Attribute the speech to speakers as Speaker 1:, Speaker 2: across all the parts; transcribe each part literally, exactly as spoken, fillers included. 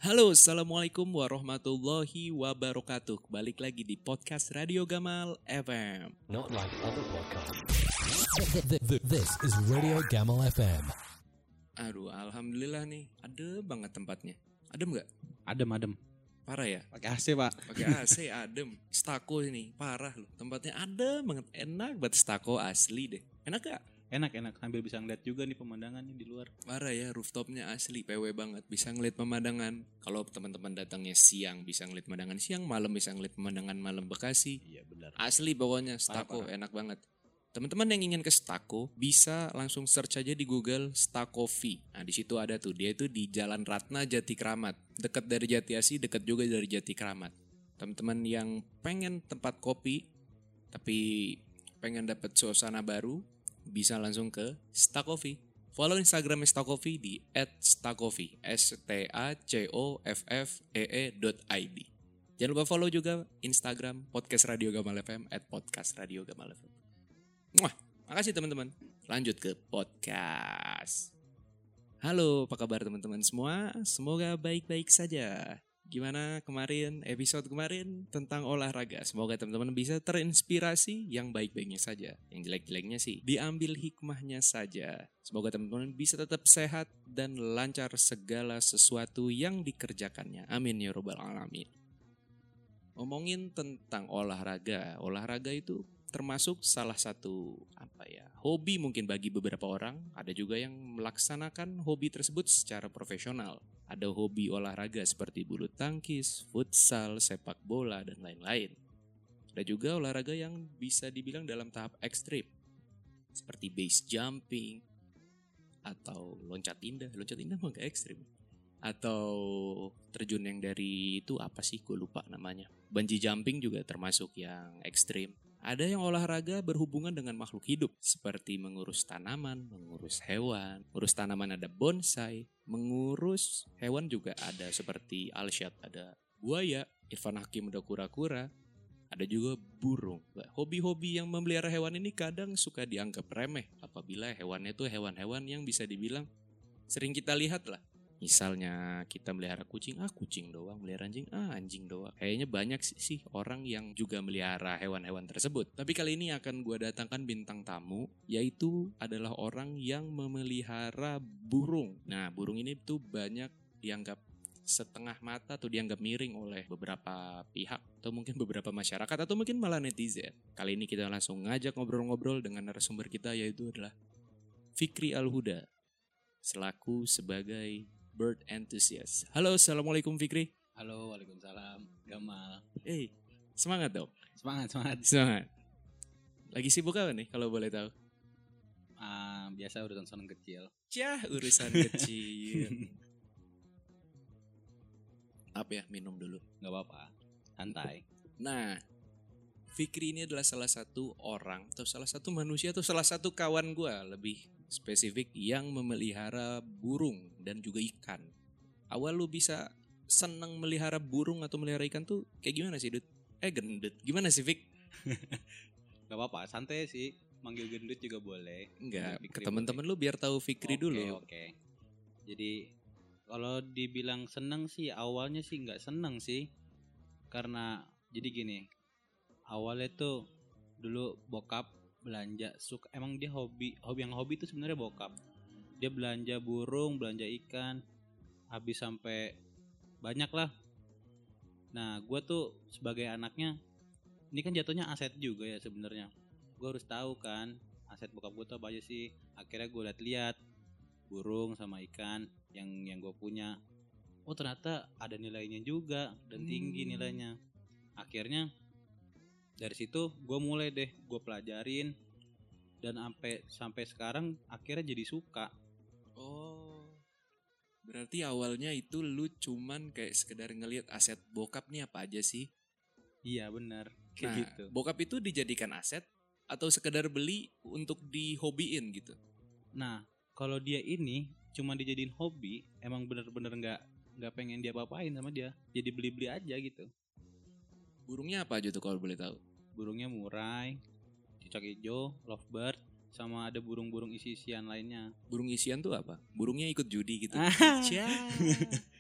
Speaker 1: Halo, Assalamualaikum warahmatullahi wabarakatuh. Balik lagi di podcast Radio Gamal F M.
Speaker 2: Not like other podcasts. This is Radio Gamal F M.
Speaker 1: Aduh, alhamdulillah nih, adem banget tempatnya. Adem nggak?
Speaker 3: Adem, adem.
Speaker 1: Parah ya?
Speaker 3: Pakai A C, Pak.
Speaker 1: Pakai A C adem. Stako ini parah loh. Tempatnya adem banget, enak banget stako asli deh. Enak gak?
Speaker 3: Enak, enak. Sambil bisa ngeliat juga nih pemandangan nih di luar.
Speaker 1: Parah ya, rooftopnya asli P W banget. Bisa ngeliat pemandangan. Kalau teman-teman datangnya siang bisa ngeliat pemandangan siang, malam bisa ngeliat pemandangan malam Bekasi.
Speaker 3: Iya, benar.
Speaker 1: Asli pokoknya Stako
Speaker 3: Parah, parah.
Speaker 1: enak banget. Teman-teman yang ingin ke Stako bisa langsung search aja di Google Stakovi. Nah di situ ada tuh, dia itu di Jalan Ratna Jati Kramat, dekat dari Jati Asih, dekat juga dari Jati Kramat. Teman-teman yang pengen tempat kopi tapi pengen dapat suasana baru bisa langsung ke Stakovi. Follow Instagram Stakovi di et stakovi, S T A C O F F E E dot I D. Jangan lupa follow juga Instagram Podcast Radio Gamal F M at Podcast Radio Gamal F M. Wah, makasih teman-teman. Lanjut ke podcast. Halo, apa kabar teman-teman semua? Semoga baik-baik saja. Gimana kemarin, episode kemarin tentang olahraga? Semoga teman-teman bisa terinspirasi yang baik-baiknya saja. Yang jelek-jeleknya sih diambil hikmahnya saja. Semoga teman-teman bisa tetap sehat dan lancar segala sesuatu yang dikerjakannya. Amin ya robbal alamin. Ngomongin tentang olahraga, olahraga itu termasuk salah satu apa ya hobi mungkin bagi beberapa orang. Ada juga yang melaksanakan hobi tersebut secara profesional. Ada hobi olahraga seperti bulu tangkis, futsal, sepak bola, dan lain-lain. Ada juga olahraga yang bisa dibilang dalam tahap ekstrim seperti base jumping atau loncat indah. Loncat indah mah gak ekstrim. Atau terjun yang dari itu apa sih, gue lupa namanya. Bungee jumping juga termasuk yang ekstrim. Ada yang olahraga berhubungan dengan makhluk hidup, seperti mengurus tanaman, mengurus hewan. Mengurus tanaman ada bonsai, mengurus hewan juga ada seperti Alshad, ada buaya, Irfan Hakim ada kura-kura, ada juga burung. Hobi-hobi yang memelihara hewan ini kadang suka dianggap remeh apabila hewannya itu hewan-hewan yang bisa dibilang sering kita lihat lah. Misalnya kita melihara kucing, ah kucing doang, melihara anjing, ah anjing doang. Kayaknya banyak sih orang yang juga melihara hewan-hewan tersebut. Tapi kali ini akan gue datangkan bintang tamu, yaitu adalah orang yang memelihara burung. Nah burung ini tuh banyak dianggap setengah mata atau dianggap miring oleh beberapa pihak, atau mungkin beberapa masyarakat, atau mungkin malah netizen. Kali ini kita langsung ngajak ngobrol-ngobrol dengan narasumber kita, yaitu adalah Fikri Al-Huda, selaku sebagai bird enthusiast. Halo, assalamualaikum Fikri.
Speaker 3: Halo, waalaikumsalam. Gamal.
Speaker 1: Eh, hey, semangat dong.
Speaker 3: Semangat, semangat.
Speaker 1: Semangat. Lagi sibuk apa nih kalau boleh tahu?
Speaker 3: Uh, biasa urusan sono kecil.
Speaker 1: Cah, urusan kecil. Apa ya, minum dulu.
Speaker 3: Gak apa-apa, santai.
Speaker 1: Nah, Fikri ini adalah salah satu orang atau salah satu manusia atau salah satu kawan gue lebih spesifik yang memelihara burung dan juga ikan. Awal lu bisa seneng melihara burung atau melihara ikan tuh kayak gimana sih, Dut? Eh, gendut. Gimana sih, Fik?
Speaker 3: Gak apa-apa, santai sih. Manggil gendut juga boleh.
Speaker 1: Enggak, ke temen-temen lu biar tahu Fikri
Speaker 3: Oke,
Speaker 1: dulu.
Speaker 3: Oke, oke. Jadi kalau dibilang seneng sih, awalnya sih gak seneng sih. Karena jadi gini, awalnya tuh dulu bokap belanja, suka emang dia hobi hobi yang hobi itu sebenarnya bokap. Dia belanja burung, belanja ikan, habis sampai banyak lah. Nah gue tuh sebagai anaknya, ini kan jatuhnya aset juga ya sebenarnya. Gue harus tahu kan aset bokap gue tuh apa aja sih. Akhirnya gue lihat-lihat burung sama ikan yang yang gue punya. Oh ternyata ada nilainya juga dan tinggi
Speaker 1: Hmm.
Speaker 3: nilainya. Akhirnya dari situ gue mulai deh, gue pelajarin dan sampai sampai sekarang akhirnya jadi suka.
Speaker 1: Oh, berarti awalnya itu lu cuman kayak sekedar ngelihat aset bokap nih apa aja sih?
Speaker 3: Iya benar, kayak
Speaker 1: Nah,
Speaker 3: gitu.
Speaker 1: bokap itu dijadikan aset atau sekedar beli untuk dihobiin gitu?
Speaker 3: Nah kalau dia ini cuma dijadiin hobi, emang bener-bener nggak nggak pengen dia apa-apain sama dia, jadi beli-beli aja gitu.
Speaker 1: Burungnya apa aja tuh kalau boleh tahu?
Speaker 3: Burungnya murai, cicak hijau, lovebird, sama ada burung-burung isi-isian lainnya.
Speaker 1: Burung isian tuh apa? Burungnya ikut judi gitu.
Speaker 3: Ah.
Speaker 1: Cia.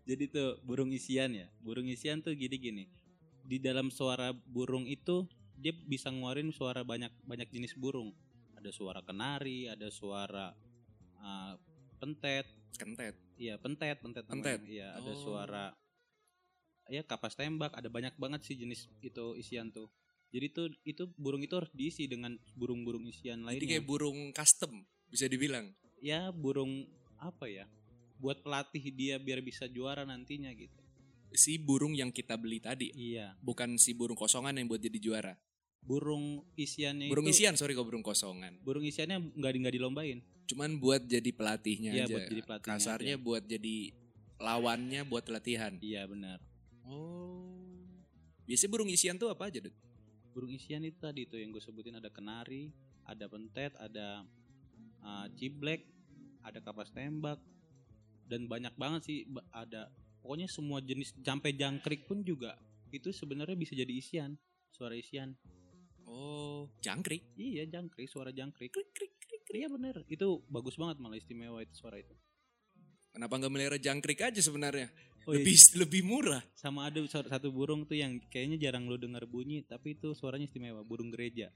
Speaker 3: Jadi tuh burung isian ya. Burung isian tuh gini-gini. Di dalam suara burung itu dia bisa ngeluarin suara banyak banyak jenis burung. Ada suara kenari, ada suara uh, pentet.
Speaker 1: Kentet.
Speaker 3: Iya, pentet, pentet.
Speaker 1: Pentet.
Speaker 3: namanya. Iya, ada
Speaker 1: Oh.
Speaker 3: suara ya kapas tembak, ada banyak banget sih jenis itu isian tuh. Jadi tuh itu burung itu harus diisi dengan burung-burung isian
Speaker 1: Jadi
Speaker 3: lainnya.
Speaker 1: kayak burung custom bisa dibilang.
Speaker 3: Ya burung apa ya? Buat pelatih dia biar bisa juara nantinya gitu.
Speaker 1: Si burung yang kita beli tadi,
Speaker 3: Iya.
Speaker 1: bukan si burung kosongan yang buat jadi juara.
Speaker 3: Burung isiannya
Speaker 1: Burung
Speaker 3: itu
Speaker 1: isian, sorry kok burung kosongan.
Speaker 3: burung isiannya nggak di nggak dilombain.
Speaker 1: Cuman buat jadi pelatihnya
Speaker 3: Iya,
Speaker 1: aja.
Speaker 3: buat jadi pelatihnya
Speaker 1: Kasarnya
Speaker 3: aja.
Speaker 1: buat jadi lawannya buat latihan.
Speaker 3: Iya benar.
Speaker 1: Oh. Biasanya burung isian tuh apa aja, Dut?
Speaker 3: Burung isian itu tadi tuh yang gue sebutin, ada kenari, ada pentet, ada uh, ciblek, ada kapas tembak, dan banyak banget sih. Ba- Ada pokoknya semua jenis, sampai jangkrik pun juga itu sebenarnya bisa jadi isian, suara isian.
Speaker 1: Oh, jangkrik.
Speaker 3: Iya jangkrik, suara jangkrik. Krik, krik, krik, krik. Iya benar, itu bagus banget, malah istimewa itu suara itu.
Speaker 1: Kenapa nggak melihara jangkrik aja sebenarnya?
Speaker 3: Oh, iya.
Speaker 1: Lebih lebih murah.
Speaker 3: Sama ada suara- satu burung tuh yang kayaknya jarang lo dengar bunyi, tapi itu suaranya istimewa, burung gereja.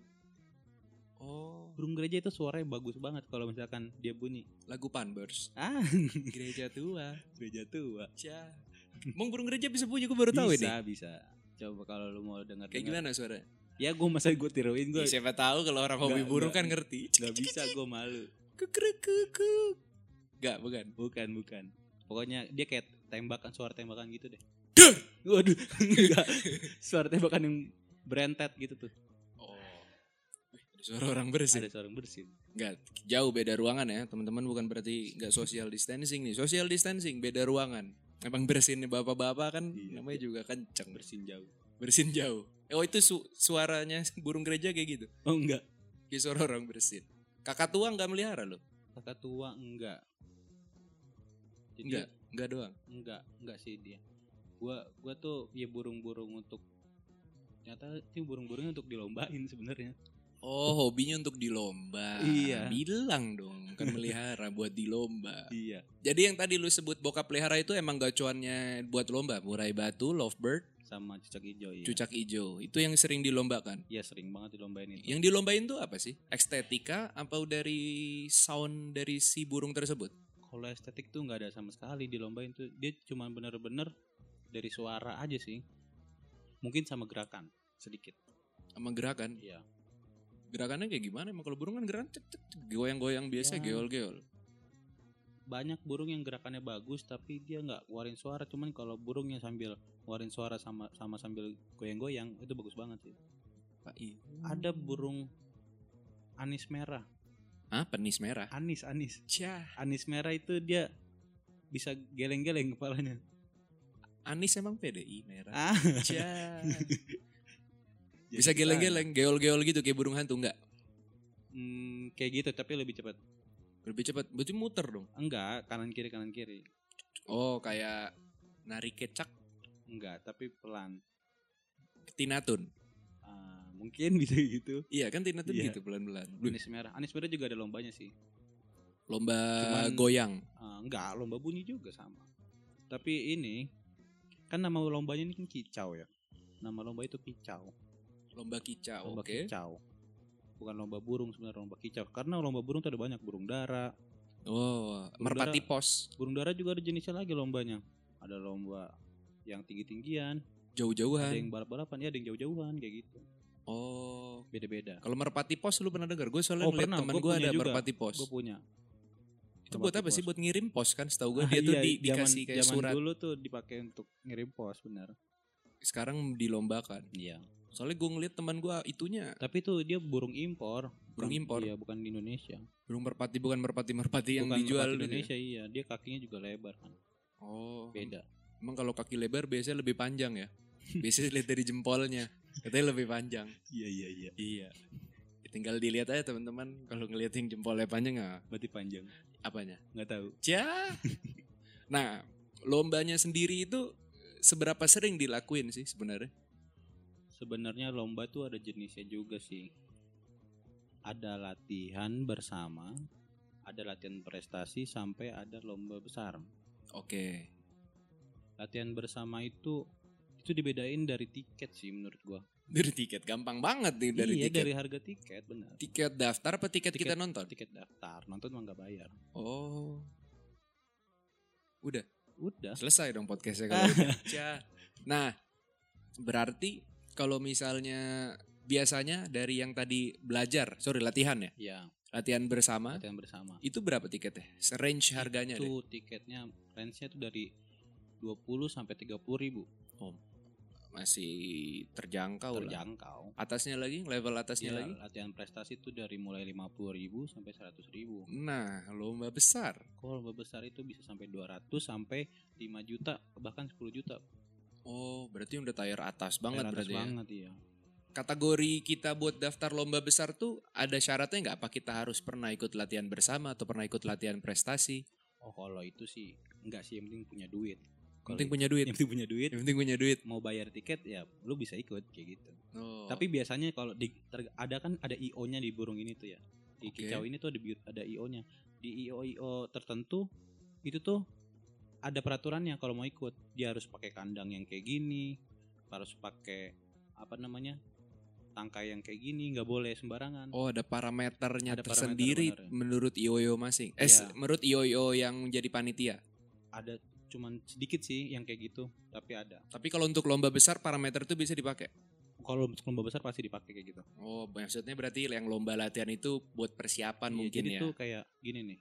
Speaker 1: Oh,
Speaker 3: Burung gereja itu suaranya bagus banget kalau misalkan dia bunyi.
Speaker 1: lagu Panbers.
Speaker 3: Ah,
Speaker 1: Gereja tua.
Speaker 3: gereja tua.
Speaker 1: Cia. Emang burung gereja bisa bunyi, gue baru tahu ini.
Speaker 3: Bisa, bisa. Coba kalau lu mau dengar.
Speaker 1: Kayak gimana suara?
Speaker 3: Ya gue masa gue tiruin gue.
Speaker 1: Ya, siapa tahu kalau orang hobi
Speaker 3: Nggak,
Speaker 1: burung
Speaker 3: nggak.
Speaker 1: kan ngerti.
Speaker 3: Gak bisa, gue malu.
Speaker 1: Kukruk kukuk. Enggak, bukan.
Speaker 3: Bukan, bukan. Pokoknya dia kayak tembakan, suara tembakan gitu deh.
Speaker 1: Dur.
Speaker 3: Waduh, enggak. Suara tembakan yang berentet gitu tuh.
Speaker 1: Oh. Wih, ada suara orang bersin.
Speaker 3: Ada suara yang bersin.
Speaker 1: Enggak, jauh beda ruangan ya, teman-teman, bukan berarti enggak social distancing nih. Social distancing beda ruangan. Emang bersinnya bapak-bapak kan
Speaker 3: Iya.
Speaker 1: namanya juga kenceng.
Speaker 3: Bersin jauh.
Speaker 1: Bersin jauh. Oh, itu su- suaranya burung gereja kayak gitu.
Speaker 3: Oh enggak.
Speaker 1: Kayak suara orang bersin. Kakak tua enggak melihara loh.
Speaker 3: Kakak tua enggak. Jadi
Speaker 1: Enggak, enggak doang.
Speaker 3: enggak, enggak sih dia. Gua gua tuh ya burung-burung untuk, ternyata sih burung-burungnya untuk dilombain sebenarnya.
Speaker 1: Oh, hobinya untuk dilomba.
Speaker 3: Iya.
Speaker 1: Bilang dong, kan melihara buat dilomba.
Speaker 3: Iya.
Speaker 1: Jadi yang tadi lu sebut bokap pelihara itu emang gacuannya buat lomba, murai batu, lovebird,
Speaker 3: Sama cucak hijau ya.
Speaker 1: cucak hijau. Itu yang sering dilombakan.
Speaker 3: Iya sering banget dilombain itu.
Speaker 1: Yang dilombain tuh apa sih? Estetika apa dari sound dari si burung tersebut?
Speaker 3: Kalau estetik tuh nggak ada sama sekali dilombain tuh. Dia cuma bener-bener dari suara aja sih. Mungkin sama gerakan sedikit.
Speaker 1: Sama gerakan.
Speaker 3: Iya.
Speaker 1: Gerakannya kayak gimana? Emang kalau burung kan gerakan cek, cek, cek, goyang-goyang biasa,
Speaker 3: Ya.
Speaker 1: geol-geol.
Speaker 3: Banyak burung yang gerakannya bagus tapi dia nggak keluarin suara. Cuman kalau burung yang sambil keluarin suara sama sama sambil goyang-goyang itu bagus banget sih.
Speaker 1: Pak, iya.
Speaker 3: Ada burung anis merah.
Speaker 1: Ah, penis merah.
Speaker 3: Anis, anis.
Speaker 1: Cah.
Speaker 3: Anis merah itu dia bisa geleng-geleng kepalanya.
Speaker 1: Anis emang P D I merah.
Speaker 3: Ah.
Speaker 1: Cah.
Speaker 3: Jadi
Speaker 1: Bisa
Speaker 3: sana.
Speaker 1: geleng-geleng, geol-geol gitu kayak burung hantu enggak?
Speaker 3: Hmm, kayak gitu tapi lebih cepat.
Speaker 1: Lebih cepat, berarti muter dong.
Speaker 3: Enggak, kanan kiri kanan kiri.
Speaker 1: Oh, kayak nari kecak,
Speaker 3: Enggak, tapi pelan.
Speaker 1: tinatun.
Speaker 3: Ah, mungkin bisa gitu.
Speaker 1: Iya kan tinatun
Speaker 3: Iya.
Speaker 1: gitu pelan-pelan. Duh,
Speaker 3: Anis merah. Anis merah juga ada lombanya sih.
Speaker 1: lomba
Speaker 3: Cuman-
Speaker 1: goyang.
Speaker 3: Ah, enggak, lomba bunyi juga sama. Tapi ini kan nama lombanya ini kan kicau ya. Nama lomba itu kicau.
Speaker 1: Lomba kicau.
Speaker 3: Lomba
Speaker 1: Oke.
Speaker 3: kicau. Bukan lomba burung sebenarnya, lomba kicau. Karena lomba burung tuh ada banyak, burung dara.
Speaker 1: Oh, merpati pos.
Speaker 3: Burung dara juga ada jenisnya lagi lombanya. Ada lomba yang tinggi-tinggian, ada
Speaker 1: Jauh-jauhan.
Speaker 3: yang balap-balapan, ya ada yang jauh-jauhan kayak gitu.
Speaker 1: Oh.
Speaker 3: Beda-beda.
Speaker 1: Kalau merpati pos lu pernah dengar? Gue soalnya
Speaker 3: Oh,
Speaker 1: ngeliat
Speaker 3: pernah.
Speaker 1: teman
Speaker 3: Gua
Speaker 1: gue
Speaker 3: punya
Speaker 1: ada
Speaker 3: juga.
Speaker 1: merpati pos.
Speaker 3: Gue punya.
Speaker 1: Itu buat apa
Speaker 3: Merpati
Speaker 1: sih?
Speaker 3: pos.
Speaker 1: Buat ngirim pos kan? Setahu gue
Speaker 3: Ah,
Speaker 1: dia tuh
Speaker 3: iya,
Speaker 1: di,
Speaker 3: zaman-
Speaker 1: dikasih kayak
Speaker 3: zaman
Speaker 1: surat.
Speaker 3: dulu tuh dipakai untuk ngirim pos, benar.
Speaker 1: Sekarang dilombakan.
Speaker 3: Iya.
Speaker 1: Soalnya gue ngeliat teman gue itunya
Speaker 3: Tapi itu dia burung impor.
Speaker 1: Burung
Speaker 3: Bukan-
Speaker 1: impor.
Speaker 3: Iya, bukan di Indonesia.
Speaker 1: burung merpati, bukan merpati-merpati yang
Speaker 3: bukan
Speaker 1: dijual
Speaker 3: merpati
Speaker 1: gitu ya?
Speaker 3: Indonesia, iya. Dia kakinya juga lebar kan.
Speaker 1: Oh.
Speaker 3: Beda.
Speaker 1: Emang kalau kaki lebar biasanya lebih panjang ya? Biasanya lihat dari jempolnya. Katanya lebih panjang.
Speaker 3: Iya, iya, iya.
Speaker 1: Iya. Tinggal dilihat aja teman-teman, kalau ngeliat yang jempolnya panjang nggak
Speaker 3: Berarti panjang.
Speaker 1: apanya?
Speaker 3: Nggak tahu.
Speaker 1: Cia. Nah, lombanya sendiri itu seberapa sering dilakuin sih sebenarnya?
Speaker 3: Sebenarnya lomba tuh ada jenisnya juga sih. Ada latihan bersama, ada latihan prestasi, sampai ada lomba besar.
Speaker 1: Oke.
Speaker 3: latihan bersama itu itu dibedain dari tiket sih menurut gua.
Speaker 1: Dari tiket gampang banget nih dari
Speaker 3: iya,
Speaker 1: tiket.
Speaker 3: dari harga tiket benar.
Speaker 1: Tiket daftar apa tiket, kita nonton?
Speaker 3: Tiket daftar, nonton mah nggak bayar.
Speaker 1: Oh. Udah.
Speaker 3: Udah.
Speaker 1: Selesai dong podcastnya kalau udah. Nah, berarti kalau misalnya biasanya dari yang tadi belajar, sorry latihan ya?
Speaker 3: Iya.
Speaker 1: Latihan bersama.
Speaker 3: Latihan bersama.
Speaker 1: Itu berapa tiketnya? Range harganya deh.
Speaker 3: Itu tiketnya range-nya tuh dari dua puluh sampai tiga puluh ribu.
Speaker 1: Oh, masih terjangkau,
Speaker 3: terjangkau.
Speaker 1: Lah. Atasnya lagi, level atasnya
Speaker 3: ya,
Speaker 1: lagi?
Speaker 3: Latihan prestasi itu dari mulai lima puluh ribu sampai seratus ribu.
Speaker 1: Nah, lomba besar.
Speaker 3: Kalau lomba besar itu bisa sampai dua ratus sampai lima juta, bahkan sepuluh juta.
Speaker 1: Oh, berarti udah tier atas banget
Speaker 3: tier
Speaker 1: berarti
Speaker 3: atas
Speaker 1: ya.
Speaker 3: banget, iya.
Speaker 1: Kategori kita buat daftar lomba besar tuh ada syaratnya nggak? Apa kita harus pernah ikut latihan bersama atau pernah ikut latihan prestasi?
Speaker 3: Oh, kalau itu sih enggak sih, yang penting punya duit.
Speaker 1: Yang penting punya duit.
Speaker 3: Yang penting punya duit.
Speaker 1: Yang penting punya duit.
Speaker 3: Mau bayar tiket ya lu bisa ikut kayak gitu.
Speaker 1: Oh.
Speaker 3: Tapi biasanya kalau di ter, ada kan ada I O-nya di burung ini tuh ya. Di
Speaker 1: Okay.
Speaker 3: kicau ini tuh ada ada I O-nya. Di I O I O tertentu itu tuh ada peraturannya kalau mau ikut. Dia harus pakai kandang yang kayak gini, harus pakai apa namanya? Tangkai yang kayak gini, nggak boleh sembarangan.
Speaker 1: Oh, ada parameternya
Speaker 3: Ada
Speaker 1: tersendiri
Speaker 3: parameter, bener.
Speaker 1: menurut I O I O masing. Eh,
Speaker 3: Iya.
Speaker 1: menurut I O I O yang jadi panitia.
Speaker 3: Ada cuman sedikit sih yang kayak gitu, tapi ada.
Speaker 1: Tapi kalau untuk lomba besar parameter itu bisa dipakai.
Speaker 3: Kalau untuk lomba besar pasti dipakai kayak gitu.
Speaker 1: Oh, maksudnya berarti yang lomba latihan itu buat persiapan
Speaker 3: Iya,
Speaker 1: mungkin
Speaker 3: jadi
Speaker 1: ya.
Speaker 3: tuh kayak gini nih.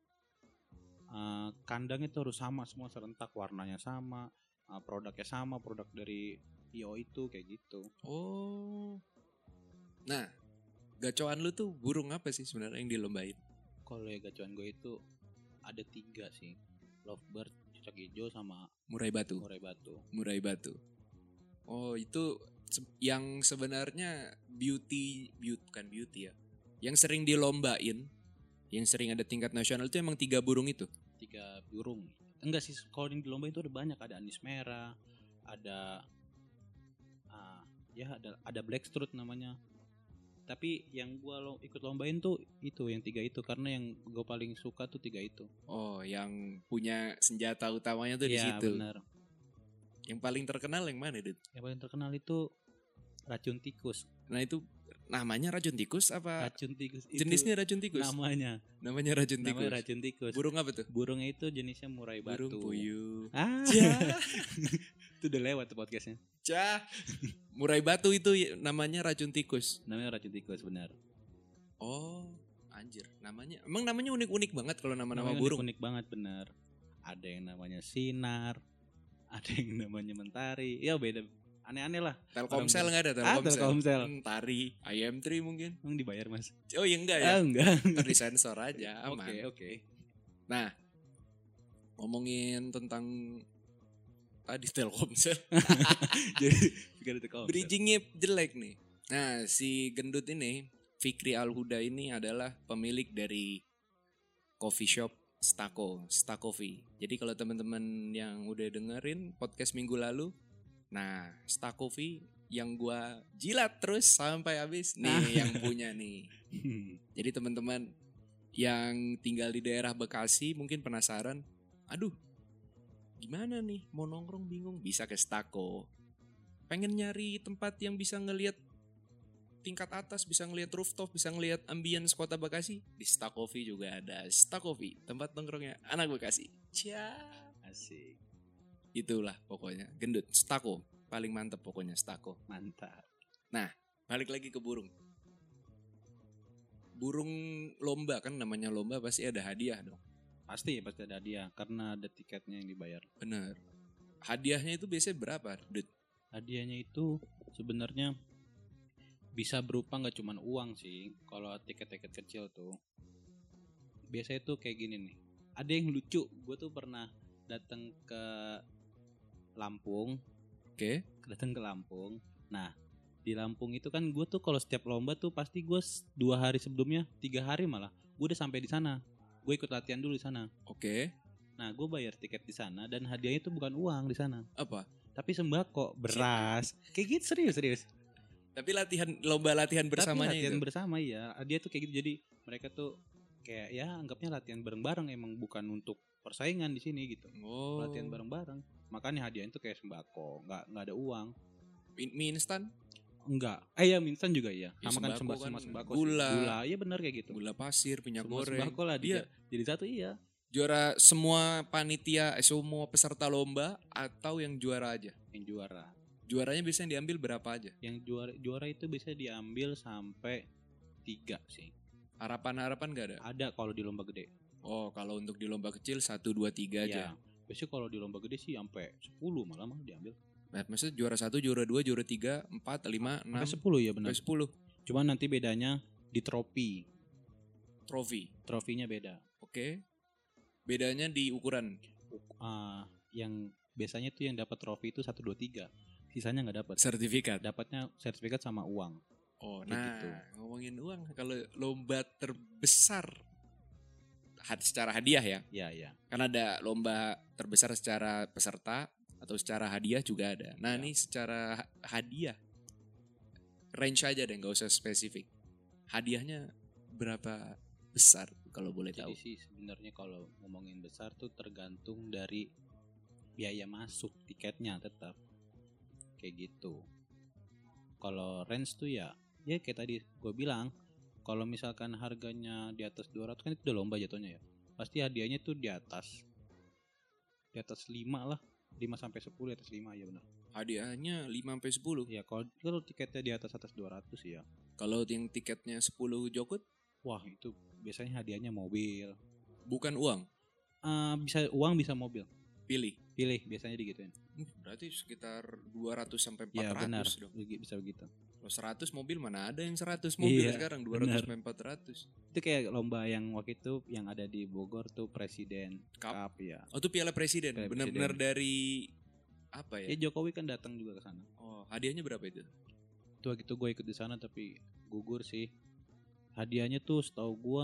Speaker 3: Uh, kandangnya tuh harus sama semua serentak, warnanya sama, uh, produknya sama, produk dari I O itu kayak gitu.
Speaker 1: Oh. Nah, gacoan lu tuh burung apa sih sebenarnya yang dilombain?
Speaker 3: Kalau ya gacuan gue itu ada tiga sih. Lovebird, cucak hijau, sama
Speaker 1: Murai batu.
Speaker 3: murai batu.
Speaker 1: Murai batu. Oh, itu se- yang sebenarnya beauty, beauty bukan beauty ya. Yang sering dilombain, yang sering ada tingkat nasional itu emang tiga burung itu.
Speaker 3: Tiga burung. Enggak sih, kalau yang dilombain itu ada banyak. Ada anis merah, ada uh, ya ada ada blackstrut namanya. Tapi yang gue lo, ikut lombain tuh itu yang tiga itu, karena yang gue paling suka tuh tiga itu.
Speaker 1: Oh, yang punya senjata utamanya tuh di
Speaker 3: Iya,
Speaker 1: situ.
Speaker 3: benar.
Speaker 1: Yang paling terkenal yang mana, Dit?
Speaker 3: Yang paling terkenal itu racun tikus.
Speaker 1: Nah, itu namanya racun tikus apa
Speaker 3: Racun tikus itu
Speaker 1: jenisnya racun tikus?
Speaker 3: namanya.
Speaker 1: Namanya racun tikus.
Speaker 3: Namanya racun tikus.
Speaker 1: Burung apa tuh?
Speaker 3: Burungnya itu jenisnya murai batu.
Speaker 1: Burung puyuh.
Speaker 3: Ah.
Speaker 1: Cah.
Speaker 3: Itu udah lewat tuh podcastnya.
Speaker 1: Cah. Murai batu itu namanya racun tikus.
Speaker 3: Namanya racun tikus, benar.
Speaker 1: Oh, anjir. Namanya emang namanya unik-unik banget kalau nama-nama
Speaker 3: Namanya
Speaker 1: burung.
Speaker 3: unik banget, benar. Ada yang namanya sinar, ada yang namanya mentari. Ya beda, aneh-aneh lah.
Speaker 1: Telkomsel
Speaker 3: Orang-
Speaker 1: enggak ada
Speaker 3: Ah,
Speaker 1: Telkomsel.
Speaker 3: Telkomsel.
Speaker 1: Mentari, I M tiga mungkin.
Speaker 3: Emang dibayar, Mas?
Speaker 1: Oh, iya enggak ya?
Speaker 3: Ah, enggak.
Speaker 1: Ntar disensor aja, aman.
Speaker 3: Oke, oke.
Speaker 1: Nah, ngomongin tentang tadi Telkomsel.
Speaker 3: Jadi bukan Telkomsel.
Speaker 1: Bridgingnya jelek nih. Nah, si gendut ini, Fikri Al-Huda ini adalah pemilik dari coffee shop Stako, Sta Coffee. Jadi kalau teman-teman yang udah dengerin podcast minggu lalu, nah Sta Coffee yang gua jilat terus sampai habis nih yang punya nih. Jadi teman-teman yang tinggal di daerah Bekasi mungkin penasaran, aduh gimana nih mau nongkrong bingung, bisa ke Stako. Pengen nyari tempat yang bisa ngelihat tingkat atas, bisa ngelihat rooftop, bisa ngelihat ambience kota Bekasi, di Sta Coffee juga ada. Sta Coffee, tempat nongkrongnya anak Bekasi. Cia.
Speaker 3: Asik.
Speaker 1: Itulah pokoknya, gendut, Stako, paling mantep pokoknya Stako.
Speaker 3: Mantap.
Speaker 1: Nah, balik lagi ke burung. Burung lomba kan namanya lomba pasti ada hadiah dong.
Speaker 3: Pasti, pasti ada hadiah karena ada tiketnya yang dibayar.
Speaker 1: Bener. Hadiahnya itu biasanya berapa, Dut?
Speaker 3: Hadiahnya itu sebenarnya bisa berupa nggak cuman uang sih. Kalau tiket-tiket kecil tuh biasanya tuh kayak gini nih. Ada yang lucu. Gue tuh pernah datang ke Lampung.
Speaker 1: Oke.
Speaker 3: Datang ke Lampung. Nah, di Lampung itu kan gue tuh kalau setiap lomba tuh pasti gue s- dua hari sebelumnya, tiga hari malah gue udah sampai di sana. Gue ikut latihan dulu di sana.
Speaker 1: Oke.
Speaker 3: Nah, gue bayar tiket di sana dan hadiahnya itu bukan uang di sana,
Speaker 1: Apa?
Speaker 3: tapi sembako, beras. Kayak gitu, serius, serius.
Speaker 1: Tapi latihan lomba latihan bersamanya
Speaker 3: Tapi latihan
Speaker 1: itu.
Speaker 3: bersama ya. Dia tuh kayak gitu, jadi mereka tuh kayak ya anggapnya latihan bareng-bareng, emang bukan untuk persaingan di sini gitu.
Speaker 1: Oh.
Speaker 3: Latihan bareng-bareng. Makanya hadiahnya itu kayak sembako, nggak nggak ada uang.
Speaker 1: Mi- Mie instan,
Speaker 3: Enggak. Eh ya instan juga ya.
Speaker 1: Ya,
Speaker 3: Sama kan
Speaker 1: sembako
Speaker 3: sembako
Speaker 1: kan,
Speaker 3: sama sembako
Speaker 1: gula.
Speaker 3: sih. Gula. Iya benar kayak gitu.
Speaker 1: gula pasir, minyak
Speaker 3: Semua
Speaker 1: goreng.
Speaker 3: sembako lah
Speaker 1: Dia
Speaker 3: dia. Jadi satu iya.
Speaker 1: juara semua panitia, eh, semua peserta lomba atau yang juara aja?
Speaker 3: Yang juara.
Speaker 1: Juaranya biasanya diambil berapa aja?
Speaker 3: Yang juara juara itu bisa diambil sampai tiga sih.
Speaker 1: Harapan-harapan gak ada?
Speaker 3: Ada kalau di lomba gede.
Speaker 1: Oh, kalau untuk di lomba kecil satu, dua, tiga aja.
Speaker 3: Ya. Biasanya kalau di lomba gede sih sampai sepuluh malah malah diambil.
Speaker 1: Nah, maksudnya juara satu, juara dua, juara tiga, empat, lima, enam,
Speaker 3: Sampai sepuluh ya benar.
Speaker 1: sampai sepuluh.
Speaker 3: Cuman nanti bedanya di trofi.
Speaker 1: Trofi.
Speaker 3: Trofinya beda.
Speaker 1: Oke. Bedanya di ukuran.
Speaker 3: Ah, yang biasanya tuh yang dapat trofi itu satu dua tiga. Sisanya nggak dapat.
Speaker 1: Sertifikat.
Speaker 3: Dapatnya sertifikat sama uang.
Speaker 1: Oh,
Speaker 3: Kayak
Speaker 1: nah,
Speaker 3: gitu.
Speaker 1: ngomongin uang, kalau lomba terbesar had- secara hadiah ya.
Speaker 3: Ya ya.
Speaker 1: Kan ada lomba terbesar secara peserta atau secara hadiah juga ada. Nah,
Speaker 3: Ya.
Speaker 1: ini secara ha- hadiah. Range aja deh, nggak usah spesifik. Hadiahnya berapa besar kalau boleh tahu?
Speaker 3: Jadi sih sebenarnya kalau ngomongin besar tuh tergantung dari biaya masuk tiketnya tetap kayak gitu. Kalau range tuh ya, ya kayak tadi gue bilang, kalau misalkan harganya di atas dua ratus kan itu udah lomba jatuhnya ya. Pasti hadiahnya tuh di atas di atas lima lah, lima sampai sepuluh, di atas lima ya benar.
Speaker 1: Hadiahnya lima sampai sepuluh.
Speaker 3: Ya kalau kalau tiketnya di atas atas dua ratus ya.
Speaker 1: Kalau yang tiketnya sepuluh jokut
Speaker 3: Wah, itu biasanya hadiahnya mobil.
Speaker 1: bukan uang,
Speaker 3: Eh bisa uang bisa mobil.
Speaker 1: pilih.
Speaker 3: Pilih biasanya digituin.
Speaker 1: Uh, Berarti sekitar dua ratus sampai
Speaker 3: Ya benar.
Speaker 1: empat ratus dong.
Speaker 3: Begi- Bisa begitu.
Speaker 1: Kalau seratus mobil mana ada yang seratus mobil
Speaker 3: Iya,
Speaker 1: sekarang dua ratus
Speaker 3: benar.
Speaker 1: sampai empat ratus.
Speaker 3: Itu kayak lomba yang waktu itu yang ada di Bogor tuh Presiden
Speaker 1: Cup.
Speaker 3: Cup ya.
Speaker 1: Oh, itu Piala Presiden.
Speaker 3: Piala
Speaker 1: Benar-benar
Speaker 3: Presiden.
Speaker 1: dari apa ya?
Speaker 3: Ya Jokowi kan datang juga ke sana.
Speaker 1: Oh, hadiahnya berapa itu?
Speaker 3: Tuh waktu itu gue ikut di sana tapi gugur sih. Hadiahnya tuh setahu gue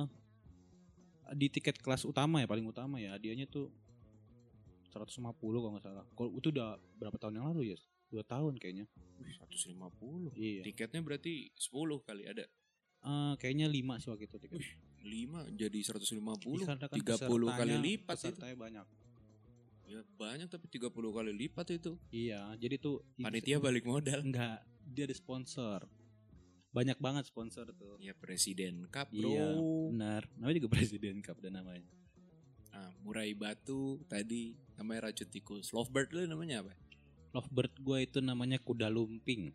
Speaker 3: di tiket kelas utama ya, paling utama ya, hadiahnya tuh seratus lima puluh kalau nggak salah. Kalau itu udah berapa tahun yang lalu ya? Dua tahun kayaknya.
Speaker 1: Wih, seratus lima puluh.
Speaker 3: Iya.
Speaker 1: Tiketnya berarti sepuluh kali ada.
Speaker 3: Eh, kayaknya lima sih waktu itu tiket.
Speaker 1: Wih, lima jadi seratus lima puluh.
Speaker 3: Karena kan
Speaker 1: tiga puluh kali
Speaker 3: pesertanya-
Speaker 1: lipat itu.
Speaker 3: pesertanya banyak.
Speaker 1: Ya banyak tapi tiga puluh kali lipat itu.
Speaker 3: Iya, jadi tuh
Speaker 1: Panitia balik modal.
Speaker 3: enggak, dia ada sponsor. Banyak banget sponsor tuh.
Speaker 1: Ya Presiden Cup, bro.
Speaker 3: Iya, benar. Namanya juga Presiden Cup dan namanya.
Speaker 1: Nah, murai batu tadi namanya racun tikus. Lovebird lu namanya apa?
Speaker 3: Lovebird gue itu namanya kuda lumping.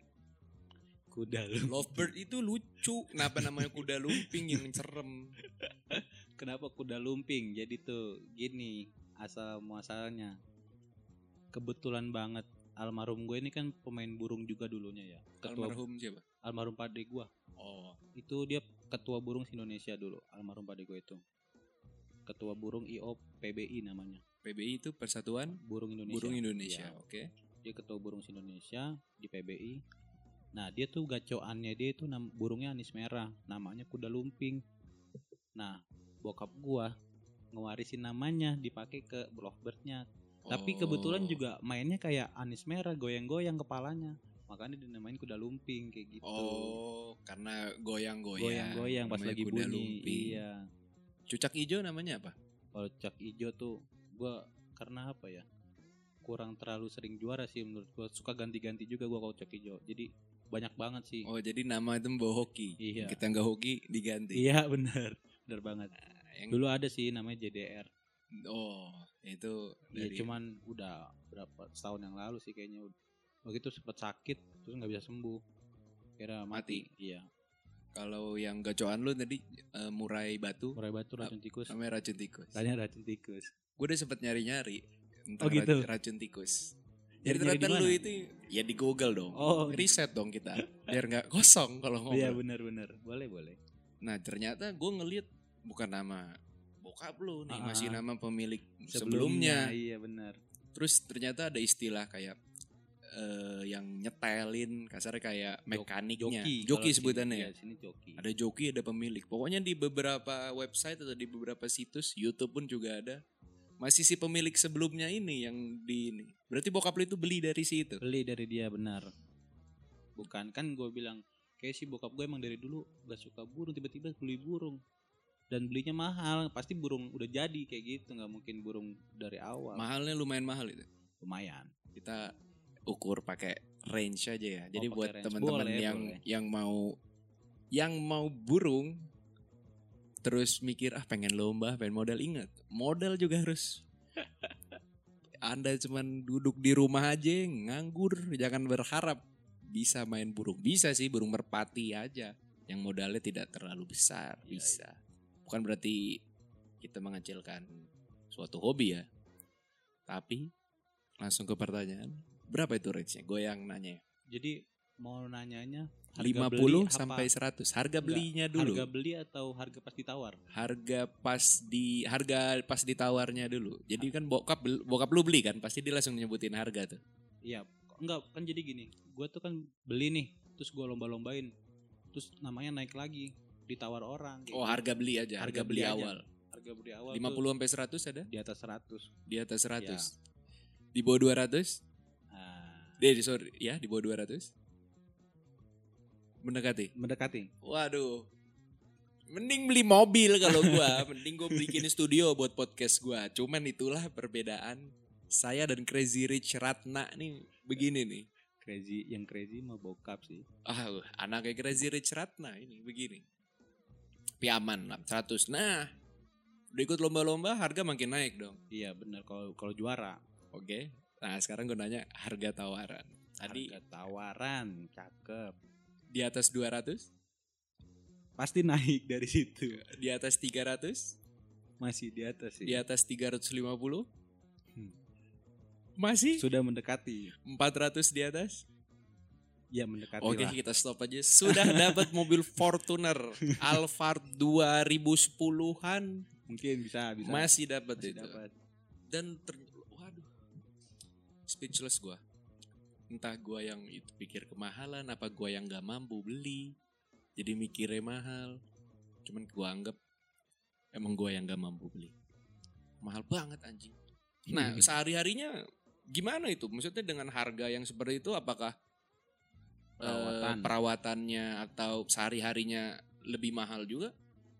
Speaker 3: Kuda lumping.
Speaker 1: Lovebird itu lucu. Kenapa namanya kuda lumping yang serem?
Speaker 3: Kenapa kuda lumping? Jadi tuh gini asal muasalnya. Kebetulan banget almarhum gue ini kan pemain burung juga dulunya ya. Ketua
Speaker 1: Almarhum siapa?
Speaker 3: almarhum pade gue.
Speaker 1: Oh,
Speaker 3: Itu dia ketua burung Indonesia dulu. Almarhum pade gue itu. Ketua burung I O P B I namanya.
Speaker 1: P B I itu Persatuan
Speaker 3: Burung Indonesia.
Speaker 1: Burung Indonesia.
Speaker 3: Iya.
Speaker 1: Oke.
Speaker 3: Dia ketua burung Indonesia di P B I. Nah dia tuh gacoannya dia itu nam- burungnya anis merah, namanya kuda lumping. Nah bokap gua ngewarisin namanya dipakai ke Lovebird-nya. Tapi kebetulan
Speaker 1: Oh.
Speaker 3: juga mainnya kayak anis merah, goyang-goyang kepalanya, makanya dinamain kuda lumping kayak gitu.
Speaker 1: Oh, karena goyang-goyang.
Speaker 3: Goyang-goyang pas
Speaker 1: Namanya
Speaker 3: lagi
Speaker 1: kuda
Speaker 3: bunyi.
Speaker 1: lumping.
Speaker 3: Iya.
Speaker 1: Cucak hijau namanya apa?
Speaker 3: Kalau cak ijo tuh gua karena apa ya? Kurang terlalu sering juara sih menurut gua, suka ganti-ganti juga gua kalau cak ijo. Jadi banyak banget sih.
Speaker 1: Oh, jadi nama itu membawa hoki.
Speaker 3: Iya.
Speaker 1: Kita nggak hoki diganti.
Speaker 3: Iya benar, benar banget.
Speaker 1: Yang,
Speaker 3: Dulu ada sih namanya J D R.
Speaker 1: oh, itu
Speaker 3: Iya
Speaker 1: dari
Speaker 3: cuman udah berapa setahun yang lalu sih kayaknya. Waktu itu sempat sakit terus nggak bisa sembuh. Kira mati. Iya.
Speaker 1: kalau yang gacoan lu tadi eh, murai batu,
Speaker 3: Murai batu racun tikus.
Speaker 1: namanya racun tikus.
Speaker 3: Tanya racun tikus.
Speaker 1: Gue udah sempet nyari-nyari tentang
Speaker 3: Oh, gitu?
Speaker 1: rac- racun tikus.
Speaker 3: Nyari-nyari
Speaker 1: Jadi ternyata
Speaker 3: di mana?
Speaker 1: lu itu ya di Google dong.
Speaker 3: Oh.
Speaker 1: Riset dong kita biar nggak kosong kalau ngomong.
Speaker 3: Iya benar-benar. Boleh boleh.
Speaker 1: Nah ternyata gue ngeliat bukan nama bokap lu nih,
Speaker 3: Ah.
Speaker 1: masih nama pemilik sebelumnya.
Speaker 3: Iya benar.
Speaker 1: Terus ternyata ada istilah kayak eh, yang nyetelin, kasarnya kayak mekaniknya.
Speaker 3: Joki.
Speaker 1: Joki
Speaker 3: kalau di sini.
Speaker 1: sebutannya
Speaker 3: Iya,
Speaker 1: ya.
Speaker 3: di sini joki.
Speaker 1: Ada joki, ada pemilik. Pokoknya di beberapa website atau di beberapa situs, YouTube pun juga ada. Masih si pemilik sebelumnya ini yang di ini. Berarti bokap lu itu beli dari situ.
Speaker 3: Beli dari dia benar. Bukan kan gue bilang kayak si bokap gue emang dari dulu gak suka burung, tiba-tiba beli burung. dan belinya mahal, pasti burung udah jadi kayak gitu, nggak mungkin burung dari awal.
Speaker 1: Mahalnya lumayan mahal itu.
Speaker 3: Lumayan.
Speaker 1: Kita ukur pakai range aja ya. Jadi
Speaker 3: pakai
Speaker 1: buat
Speaker 3: range.
Speaker 1: teman-teman
Speaker 3: Boleh,
Speaker 1: yang
Speaker 3: boleh.
Speaker 1: yang mau yang mau burung terus mikir ah pengen lomba, pengen modal, ingat modal juga harus. Anda cuman duduk di rumah aja nganggur, jangan berharap bisa main burung. Bisa sih burung merpati aja yang modalnya tidak terlalu besar,
Speaker 3: Iya,
Speaker 1: bisa. Bukan berarti kita mengecilkan suatu hobi ya. Tapi langsung ke pertanyaan, berapa itu range-nya? Gue yang nanya.
Speaker 3: Jadi mau nanyanya harga
Speaker 1: lima
Speaker 3: beli
Speaker 1: puluh
Speaker 3: apa-
Speaker 1: sampai seratus. Harga
Speaker 3: Enggak,
Speaker 1: belinya dulu.
Speaker 3: Harga beli atau harga pas ditawar?
Speaker 1: Harga pas di harga pas ditawarnya dulu. Jadi kan bokap bel- bokap lu beli kan, pasti dia langsung nyebutin harga tuh.
Speaker 3: Iya, enggak kan jadi gini. Gue tuh kan beli nih, terus gue lomba-lombain, terus namanya naik lagi, ditawar orang. kayak
Speaker 1: Oh,
Speaker 3: gitu.
Speaker 1: harga beli aja, harga,
Speaker 3: Harga
Speaker 1: beli,
Speaker 3: beli aja.
Speaker 1: awal.
Speaker 3: Harga beli awal
Speaker 1: lima puluh sampai seratus ada?
Speaker 3: tuh di atas seratus.
Speaker 1: Di atas seratus.
Speaker 3: Iya.
Speaker 1: Di bawah dua ratus?
Speaker 3: Nah,
Speaker 1: Deh, sorry, ya, di bawah dua ratus. Mendekati.
Speaker 3: mendekati.
Speaker 1: Waduh. Mending beli mobil kalau gua, mending gua bikin studio buat podcast gua. Cuman itulah perbedaan saya dan Crazy Rich Ratna nih begini nih.
Speaker 3: Crazy, yang crazy mah bokap sih.
Speaker 1: Ah, anaknya Crazy Rich Ratna ini begini. Tapi aman lah, seratus. Nah, udah ikut lomba-lomba harga makin naik dong.
Speaker 3: Iya benar kalau kalau juara.
Speaker 1: Oke. Nah, sekarang gue nanya harga tawaran. Tadi
Speaker 3: Harga tawaran, cakep.
Speaker 1: di atas dua ratus,
Speaker 3: Pasti naik dari situ.
Speaker 1: di atas tiga ratus,
Speaker 3: Masih di atas sih.
Speaker 1: di atas tiga ratus lima puluh.
Speaker 3: Hmm.
Speaker 1: Masih
Speaker 3: Sudah mendekati.
Speaker 1: empat ratus di atas.
Speaker 3: Ya mendekati
Speaker 1: Oke,
Speaker 3: lah.
Speaker 1: kita stop aja. Sudah dapat mobil Fortuner Alphard dua ribu sepuluhan.
Speaker 3: Mungkin bisa bisa.
Speaker 1: Masih dapat
Speaker 3: Masih
Speaker 1: itu.
Speaker 3: dapat.
Speaker 1: Dan ter- waduh. Speechless gua. Entah gua yang itu pikir kemahalan, apa gua yang gak mampu beli. Jadi mikirnya mahal. Cuman gua anggap emang gua yang gak mampu beli. Mahal banget anjing. Nah, sehari-harinya gimana itu? Maksudnya dengan harga yang seperti itu apakah eh,
Speaker 3: Perawatan.
Speaker 1: perawatannya atau sehari-harinya lebih mahal juga?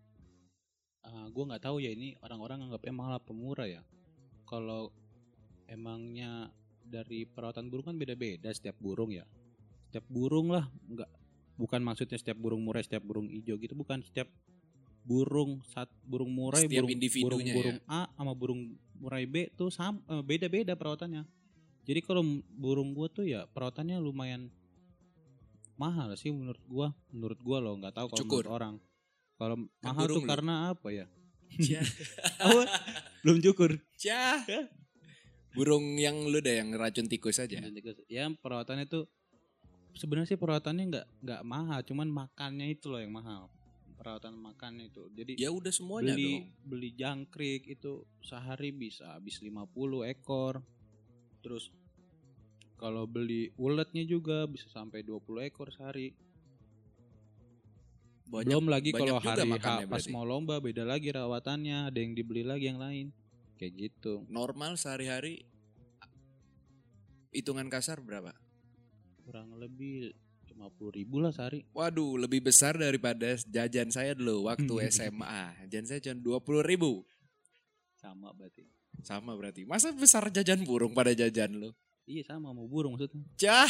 Speaker 3: gue nggak tahu ya ini orang-orang anggapnya mahal apa murah ya. Kalau emangnya dari perawatan burung kan beda-beda setiap burung ya. Setiap burung lah, nggak bukan maksudnya setiap burung murai, setiap burung hijau gitu, bukan setiap burung saat burung murai,
Speaker 1: Setiap
Speaker 3: burung, burung,
Speaker 1: individunya
Speaker 3: burung A sama burung murai B tuh sam, eh, beda-beda perawatannya. Jadi kalau m- burung gua tuh ya perawatannya lumayan mahal sih menurut gua, menurut gua loh, nggak tahu kalau
Speaker 1: Cukur.
Speaker 3: menurut orang. Kalau
Speaker 1: Kan
Speaker 3: mahal
Speaker 1: burung
Speaker 3: tuh
Speaker 1: lu.
Speaker 3: karena apa ya?
Speaker 1: Cia.
Speaker 3: Apa? Belum cukur.
Speaker 1: Cia. Burung yang lu deh yang racun tikus aja.
Speaker 3: Ya perawatannya tuh sebenarnya sih perawatannya nggak nggak mahal, cuman makannya itu loh yang mahal. Perawatan makannya itu. Jadi
Speaker 1: Ya udah semuanya
Speaker 3: beli
Speaker 1: dong.
Speaker 3: beli jangkrik itu sehari bisa habis lima puluh ekor. Terus kalau beli uletnya juga bisa sampai dua puluh ekor sehari.
Speaker 1: Banyak,
Speaker 3: Belum lagi
Speaker 1: banyak
Speaker 3: kalau
Speaker 1: juga
Speaker 3: hari
Speaker 1: makannya
Speaker 3: H pas
Speaker 1: berarti.
Speaker 3: mau lomba beda lagi rawatannya, ada yang dibeli lagi yang lain. Kayak gitu.
Speaker 1: Normal sehari-hari hitungan kasar berapa?
Speaker 3: Kurang lebih lima puluh ribu lah sehari.
Speaker 1: Waduh, lebih besar daripada jajan saya dulu waktu S M A. Jajan saya cuma dua puluh ribu.
Speaker 3: Sama berarti.
Speaker 1: Sama berarti. Masa besar jajan burung pada jajan lu?
Speaker 3: Iya sama mau burung maksudnya.
Speaker 1: Cah.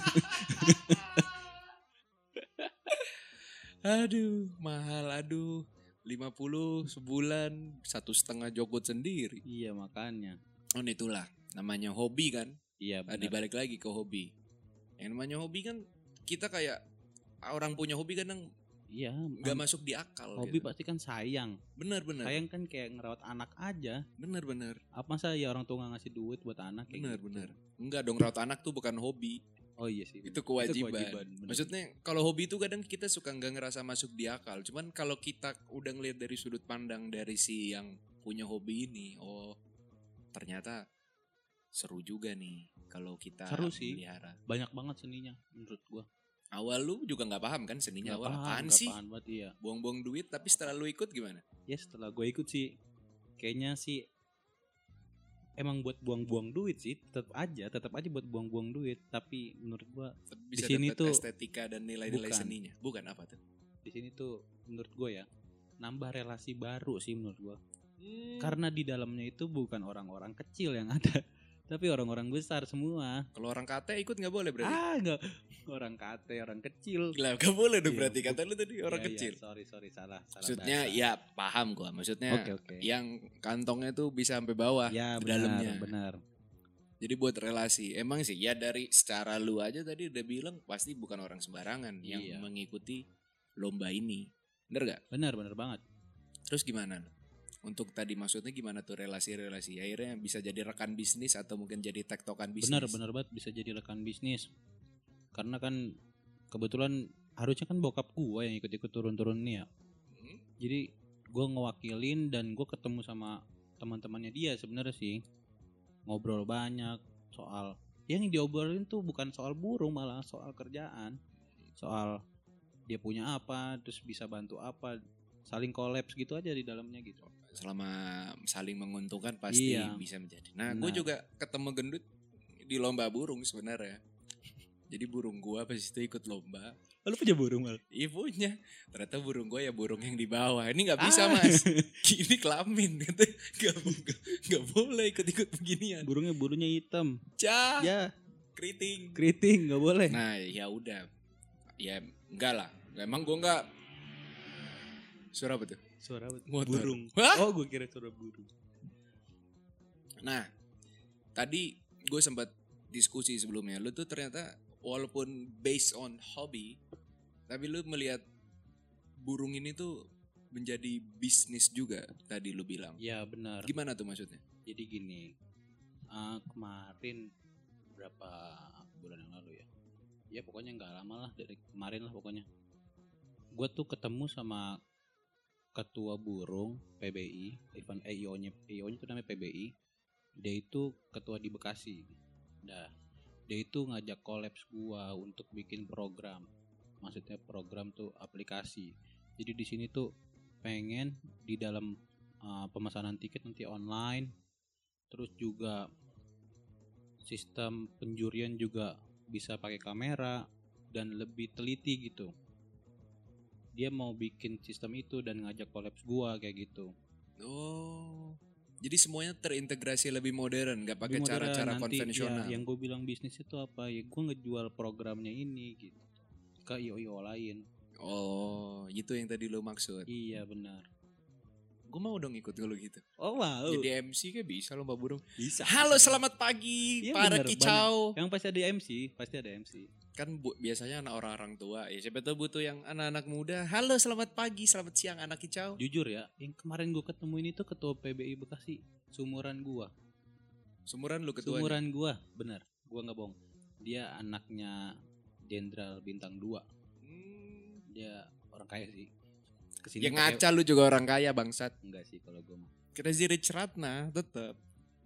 Speaker 1: Aduh, mahal aduh. lima puluh sebulan, satu setengah jogot sendiri.
Speaker 3: Iya makanya.
Speaker 1: Oh itulah, namanya hobi kan.
Speaker 3: Iya
Speaker 1: Nah,
Speaker 3: benar.
Speaker 1: dibalik lagi ke hobi. Yang namanya hobi kan kita kayak orang punya hobi kadang
Speaker 3: Iya.
Speaker 1: nggak
Speaker 3: am-
Speaker 1: masuk di akal.
Speaker 3: Hobi
Speaker 1: gitu.
Speaker 3: pasti kan sayang.
Speaker 1: Bener bener.
Speaker 3: Sayang kan kayak ngerawat anak aja.
Speaker 1: Bener bener.
Speaker 3: Apa masa ya orang tua nggak ngasih duit buat anak kayak
Speaker 1: Bener
Speaker 3: gitu.
Speaker 1: bener. Enggak dong, rawat anak tuh bukan hobi.
Speaker 3: Oh iya sih. benar.
Speaker 1: Itu kewajiban.
Speaker 3: benar.
Speaker 1: Maksudnya kalau hobi itu kadang kita suka nggak ngerasa masuk di akal. Cuman kalau kita udah ngeliat dari sudut pandang dari si yang punya hobi ini, oh ternyata seru juga nih kalau kita
Speaker 3: Seru sih.
Speaker 1: melihara.
Speaker 3: Banyak banget seninya menurut gua.
Speaker 1: Awal lu juga nggak paham kan seninya
Speaker 3: Nggak
Speaker 1: awal
Speaker 3: paham,
Speaker 1: apaan
Speaker 3: nggak
Speaker 1: sih?
Speaker 3: paham banget, iya.
Speaker 1: Buang-buang duit, tapi setelah lu ikut gimana?
Speaker 3: Ya setelah gue ikut sih kayaknya sih emang buat buang-buang duit sih, tetap aja, tetap aja buat buang-buang duit. Tapi menurut gua
Speaker 1: Bisa
Speaker 3: sini
Speaker 1: dapet
Speaker 3: tuh
Speaker 1: estetika dan nilai-nilai
Speaker 3: bukan.
Speaker 1: seninya. Bukan apa tuh?
Speaker 3: di sini tuh menurut gue ya nambah relasi baru sih menurut gua.
Speaker 1: Hmm.
Speaker 3: Karena di dalamnya itu bukan orang-orang kecil yang ada, tapi orang-orang besar semua.
Speaker 1: Kalau orang K T ikut nggak boleh berarti?
Speaker 3: Ah, enggak. Orang K T, orang kecil.
Speaker 1: Gila, nggak boleh dong
Speaker 3: Iya,
Speaker 1: berarti
Speaker 3: bu-
Speaker 1: kata lu tadi orang
Speaker 3: Iya,
Speaker 1: kecil.
Speaker 3: iya, sorry, sorry, salah, salah
Speaker 1: Maksudnya
Speaker 3: bahasa.
Speaker 1: ya paham gua. Maksudnya
Speaker 3: Oke, oke.
Speaker 1: yang kantongnya tuh bisa sampai bawah
Speaker 3: Ya,
Speaker 1: ke
Speaker 3: benar,
Speaker 1: dalamnya.
Speaker 3: benar.
Speaker 1: Jadi buat relasi. Emang sih ya dari secara lu aja tadi udah bilang pasti bukan orang sembarangan yang
Speaker 3: Iya.
Speaker 1: mengikuti lomba ini. Bener gak?
Speaker 3: Benar, benar banget.
Speaker 1: Terus gimana? Untuk tadi maksudnya gimana tuh relasi-relasi? Akhirnya bisa jadi rekan bisnis atau mungkin jadi tektokan bisnis.
Speaker 3: Benar, benar banget bisa jadi rekan bisnis. Karena kan kebetulan harusnya kan bokap gua yang ikut-ikut turun-turun nih ya.
Speaker 1: Hmm?
Speaker 3: Jadi gua ngewakilin dan gua ketemu sama teman-temannya dia sebenarnya sih. Ngobrol banyak soal yang diobrolin tuh bukan soal burung, malah soal kerjaan. Soal dia punya apa, terus bisa bantu apa, saling kolaps gitu aja di dalamnya gitu.
Speaker 1: Selama saling menguntungkan pasti
Speaker 3: Iya.
Speaker 1: bisa menjadi. Nah, gue
Speaker 3: Benar.
Speaker 1: juga ketemu gendut di lomba burung sebenarnya. Jadi burung gua pas itu ikut lomba.
Speaker 3: Lu punya burung mal?
Speaker 1: Iya punya. Ternyata burung gua ya burung yang di bawah. Ini nggak bisa
Speaker 3: Ah.
Speaker 1: mas. Ini kelamin gitu. Gak, gak, gak boleh ikut-ikut beginian.
Speaker 3: Burungnya bulunya hitam.
Speaker 1: Cah.
Speaker 3: Ya,
Speaker 1: Keriting.
Speaker 3: keriting nggak boleh.
Speaker 1: Nah ya udah. Ya enggak lah. Emang gua nggak. Suara apa tuh?
Speaker 3: Suara apa?
Speaker 1: Motor.
Speaker 3: Burung.
Speaker 1: Hah?
Speaker 3: Oh, gue kira suara burung.
Speaker 1: Nah, tadi gue sempat diskusi sebelumnya. Lu tuh ternyata walaupun based on hobby, tapi lu melihat burung ini tuh menjadi bisnis juga tadi lu bilang.
Speaker 3: Ya benar.
Speaker 1: Gimana tuh maksudnya?
Speaker 3: Jadi gini, eh, kemarin berapa bulan yang lalu ya? Ya pokoknya nggak lama lah dari kemarin lah pokoknya. Gue tuh ketemu sama ketua burung P B I, event E I O-nya, E I O-nya itu namanya P B I. Dia itu ketua di Bekasi. Nah, dia itu ngajak kolaps gua untuk bikin program. Maksudnya program tuh aplikasi. Jadi di sini tuh pengen di dalam uh, pemesanan tiket nanti online, terus juga sistem penjurian juga bisa pakai kamera dan lebih teliti gitu. Dia mau bikin sistem itu dan ngajak kolaps gua kayak gitu.
Speaker 1: Oh, jadi semuanya terintegrasi lebih modern, nggak pakai
Speaker 3: Lebih modern,
Speaker 1: cara-cara
Speaker 3: nanti,
Speaker 1: konvensional.
Speaker 3: Ya, yang gue bilang bisnis itu apa ya? Gue ngejual programnya ini gitu ke I O I O lain.
Speaker 1: Oh, itu yang tadi lu maksud.
Speaker 3: Iya benar.
Speaker 1: Gue mau dong ikut kalau gitu.
Speaker 3: Oh wow.
Speaker 1: Jadi M C kayak bisa lomba burung.
Speaker 3: Bisa.
Speaker 1: Halo, selamat pagi
Speaker 3: Iya,
Speaker 1: para
Speaker 3: bener,
Speaker 1: kicau.
Speaker 3: Yang pasti ada M C, pasti ada M C.
Speaker 1: Kan bu, biasanya anak orang-orang tua. Ya siapa tahu butuh yang anak-anak muda. Halo, selamat pagi, selamat siang anak kicau.
Speaker 3: Jujur ya, yang kemarin gue ketemu ini tuh ketua P B I Bekasi, sumuran gua.
Speaker 1: Sumuran lu ketuanya.
Speaker 3: Sumuran gua, bener. Gua nggak bohong. Dia anaknya Jenderal Bintang dua.
Speaker 1: Hmm.
Speaker 3: Dia orang kaya sih. Kesini
Speaker 1: Ya
Speaker 3: pakai-
Speaker 1: ngaca lu juga orang kaya bangsat.
Speaker 3: Enggak sih kalau gua mah.
Speaker 1: Crazy Rich Ratna tetap.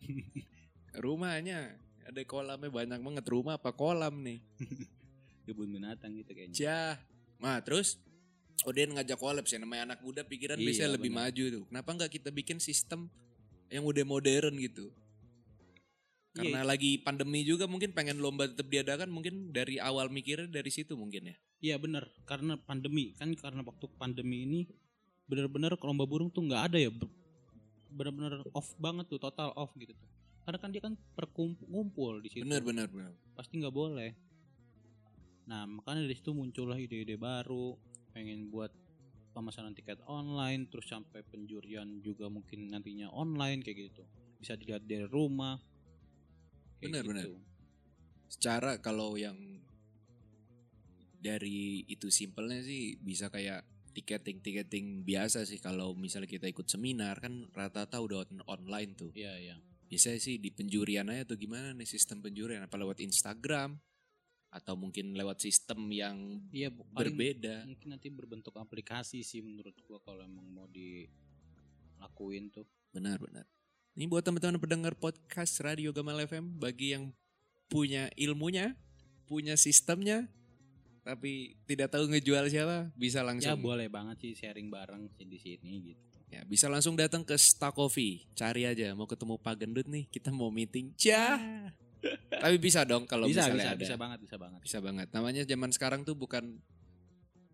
Speaker 1: Rumahnya ada kolamnya banyak banget. Rumah apa kolam nih?
Speaker 3: Kebun binatang gitu kayaknya.
Speaker 1: Jah. Nah terus Oden ngajak kolaps ya. Namanya anak muda pikiran
Speaker 3: Iya,
Speaker 1: biasanya lebih
Speaker 3: benar.
Speaker 1: maju tuh. Kenapa nggak kita bikin sistem yang udah modern gitu? Karena
Speaker 3: Iya.
Speaker 1: lagi pandemi juga mungkin pengen lomba tetap diadakan. Mungkin dari awal mikirnya dari situ mungkin ya.
Speaker 3: Iya bener, karena pandemi kan, karena waktu pandemi ini benar-benar lomba burung tuh nggak ada ya, Ber- benar-benar off banget tuh, total off gitu tuh. Karena kan dia kan perkumpul di situ,
Speaker 1: Bener bener bener.
Speaker 3: pasti nggak boleh. Nah makanya dari situ muncullah ide-ide baru, pengen buat pemesanan tiket online, terus sampai penjurian juga mungkin nantinya online kayak gitu, bisa dilihat dari rumah.
Speaker 1: Bener,
Speaker 3: Kayak
Speaker 1: bener.
Speaker 3: gitu.
Speaker 1: Secara kalau yang dari itu simpelnya sih bisa kayak tiketing-tiketing biasa sih. Kalau misalnya kita ikut seminar kan rata-rata udah on- online tuh.
Speaker 3: Iya iya.
Speaker 1: Biasanya sih di penjurian aja tuh gimana nih sistem penjurian. Apa lewat Instagram atau mungkin lewat sistem yang
Speaker 3: Iya paling
Speaker 1: berbeda.
Speaker 3: mungkin nanti berbentuk aplikasi sih menurut gua kalau emang mau dilakuin tuh.
Speaker 1: Benar-benar. Ini buat teman-teman pendengar podcast Radio Gamal F M. Bagi yang punya ilmunya, punya sistemnya, tapi tidak tahu ngejual siapa, bisa
Speaker 3: Ya
Speaker 1: langsung.
Speaker 3: boleh banget sih sharing bareng sih di sini gitu.
Speaker 1: Ya, bisa langsung datang ke Star Coffee. Cari aja mau ketemu Pak Gendut nih, kita mau meeting. Cah. Tapi bisa dong kalau
Speaker 3: bisa
Speaker 1: misalnya
Speaker 3: bisa
Speaker 1: ada.
Speaker 3: bisa banget bisa banget.
Speaker 1: Bisa banget. Namanya zaman sekarang tuh bukan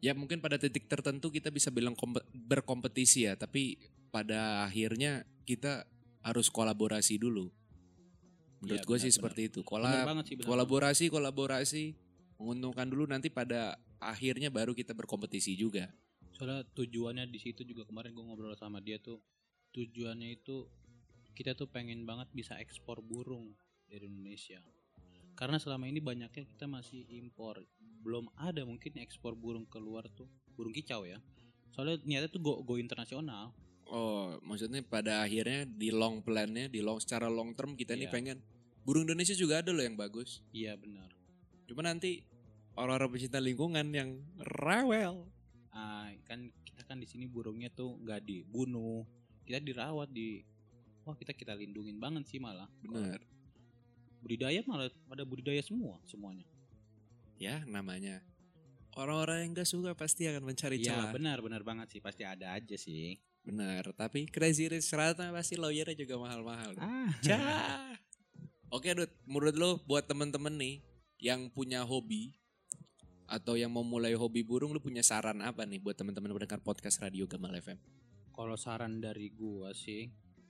Speaker 1: Ya mungkin pada titik tertentu kita bisa bilang kompe- berkompetisi ya, tapi pada akhirnya kita harus kolaborasi dulu. Menurut
Speaker 3: Iya,
Speaker 1: gue
Speaker 3: benar,
Speaker 1: sih
Speaker 3: benar.
Speaker 1: seperti itu.
Speaker 3: Bener
Speaker 1: Kolab,
Speaker 3: banget sih, bener
Speaker 1: kolaborasi, kolaborasi, menguntungkan dulu, nanti pada akhirnya baru kita berkompetisi juga.
Speaker 3: Soalnya tujuannya di situ juga, kemarin gue ngobrol sama dia tuh, tujuannya itu kita tuh pengen banget bisa ekspor burung dari Indonesia. Karena selama ini banyaknya kita masih impor, belum ada mungkin ekspor burung keluar tuh, burung kicau ya. Soalnya niatnya tuh go go internasional.
Speaker 1: Oh, maksudnya pada akhirnya di long plan-nya, di long secara long term kita nih
Speaker 3: Iya.
Speaker 1: pengen burung Indonesia juga ada loh yang bagus.
Speaker 3: Iya benar.
Speaker 1: Cuma nanti orang-orang pecinta lingkungan yang rewel.
Speaker 3: Ah, kan kita kan di sini burungnya tuh nggak dibunuh, kita dirawat di, wah kita kita lindungin banget sih malah.
Speaker 1: Bener.
Speaker 3: Budidaya malah ada budidaya semua semuanya.
Speaker 1: Ya namanya orang-orang yang gak suka pasti akan mencari
Speaker 3: Iya
Speaker 1: celah.
Speaker 3: benar benar banget sih, pasti ada aja sih.
Speaker 1: Benar, tapi Crazy Rich Ratna pasti lawyernya juga mahal-mahal.
Speaker 3: Ah,
Speaker 1: Cah. Oke, Dut, menurut lo buat temen-temen nih yang punya hobi atau yang mau mulai hobi burung, lu punya saran apa nih buat teman-teman pendengar podcast Radio Gamal F M?
Speaker 3: kalau saran dari gua sih,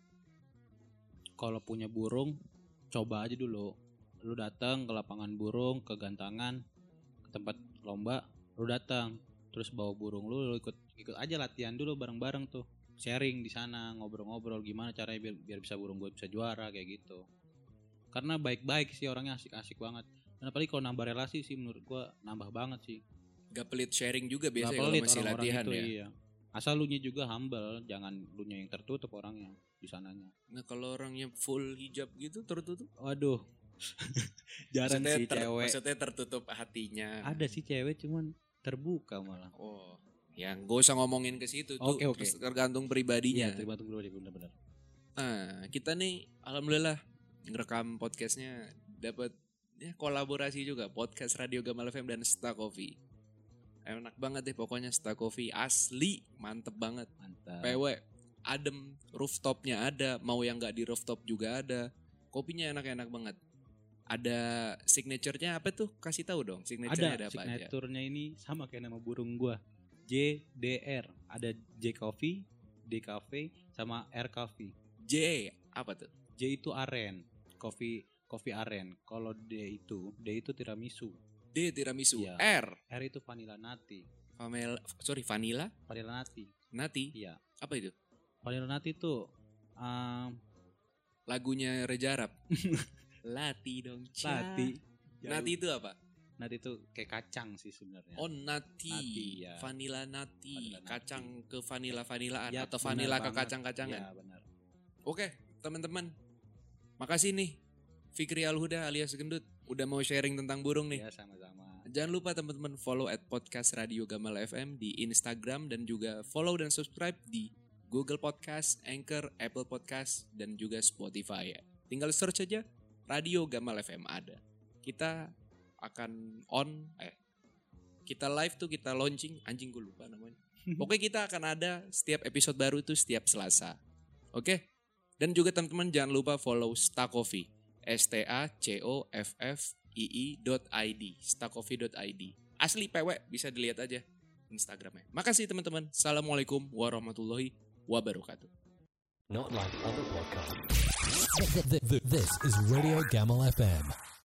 Speaker 3: kalau punya burung, coba aja dulu. Lu datang ke lapangan burung, ke gantangan, ke tempat lomba, lu datang, terus bawa burung lu, lu ikut ikut aja latihan dulu bareng-bareng tuh, sharing di sana, ngobrol-ngobrol gimana caranya biar biar bisa burung gue bisa juara kayak gitu. Karena baik-baik sih orangnya, asik-asik banget. Dan apalagi kalau nambah relasi sih menurut gua nambah banget sih.
Speaker 1: Gak pelit sharing juga biasanya
Speaker 3: Nggak
Speaker 1: kalau
Speaker 3: pelit
Speaker 1: masih
Speaker 3: orang-orang
Speaker 1: latihan
Speaker 3: itu,
Speaker 1: ya.
Speaker 3: iya. Asal lu nya juga humble, jangan lu nya yang tertutup orangnya di sananya.
Speaker 1: Nah kalau orangnya full hijab gitu tertutup,
Speaker 3: Waduh. Jarang
Speaker 1: maksudnya,
Speaker 3: sih
Speaker 1: ter-
Speaker 3: cewek.
Speaker 1: maksudnya tertutup hatinya.
Speaker 3: Ada sih cewek cuman terbuka malah.
Speaker 1: Oh, yang gak usah ngomongin ke situ tuh,
Speaker 3: Oke, oke.
Speaker 1: terus tergantung pribadinya.
Speaker 3: Iya, tergantung pribadi benar-benar.
Speaker 1: Nah, kita nih alhamdulillah ngerekam podcastnya dapat ya kolaborasi juga, podcast Radio Gamal F M dan Star Coffee. Enak banget deh pokoknya, Star Coffee asli mantep banget.
Speaker 3: Mantap.
Speaker 1: P W adem, rooftopnya ada, mau yang nggak di rooftop juga ada. Kopinya enak-enak banget. Ada signaturenya apa tuh? Kasih tahu dong, signaturenya ada,
Speaker 3: Ada
Speaker 1: apa aja?
Speaker 3: signaturnya ini sama kayak nama burung gua. J D R. Ada J Coffee, D Cafe, sama R Coffee.
Speaker 1: J apa tuh?
Speaker 3: J itu aren, coffee coffee aren. Kalau D itu, D itu tiramisu.
Speaker 1: D tiramisu.
Speaker 3: Iya.
Speaker 1: R
Speaker 3: R itu vanilla nati.
Speaker 1: Famel, sorry vanilla,
Speaker 3: Vanilla nati.
Speaker 1: nati.
Speaker 3: Iya.
Speaker 1: Apa itu?
Speaker 3: Vanilla nati itu um,
Speaker 1: Lagunya Reza Arab. Lati dong. Ca.
Speaker 3: nati.
Speaker 1: Nati itu apa?
Speaker 3: Nati itu kayak kacang sih sebenarnya.
Speaker 1: Oh nati,
Speaker 3: Nati, ya.
Speaker 1: vanilla nati,
Speaker 3: Vanilla nati.
Speaker 1: kacang ke vanilla vanilaan
Speaker 3: Ya,
Speaker 1: atau
Speaker 3: benar
Speaker 1: vanilla ke
Speaker 3: banget.
Speaker 1: kacang-kacangan.
Speaker 3: Iya, benar.
Speaker 1: Oke, teman-teman, makasih nih Fikri Alhuda alias Gendut udah mau sharing tentang burung nih.
Speaker 3: Iya, sama-sama.
Speaker 1: Jangan lupa teman-teman follow at podcast Radio Gamal F M di Instagram dan juga follow dan subscribe di Google Podcast, Anchor, Apple Podcast dan juga Spotify. Tinggal search aja Radio Gamal F M ada. Kita akan on eh kita live tuh, kita launching, anjing gue lupa namanya. Pokoknya kita akan ada setiap episode baru itu setiap Selasa. Oke? Dan juga teman-teman jangan lupa follow Star Coffee. S T A C O F F I I dot I D. starcoffee dot I D. Asli P W, bisa dilihat aja Instagramnya. Makasih teman-teman. Assalamualaikum warahmatullahi wabarakatuh.
Speaker 2: Not like other podcasts. This is Radio Gamal F M.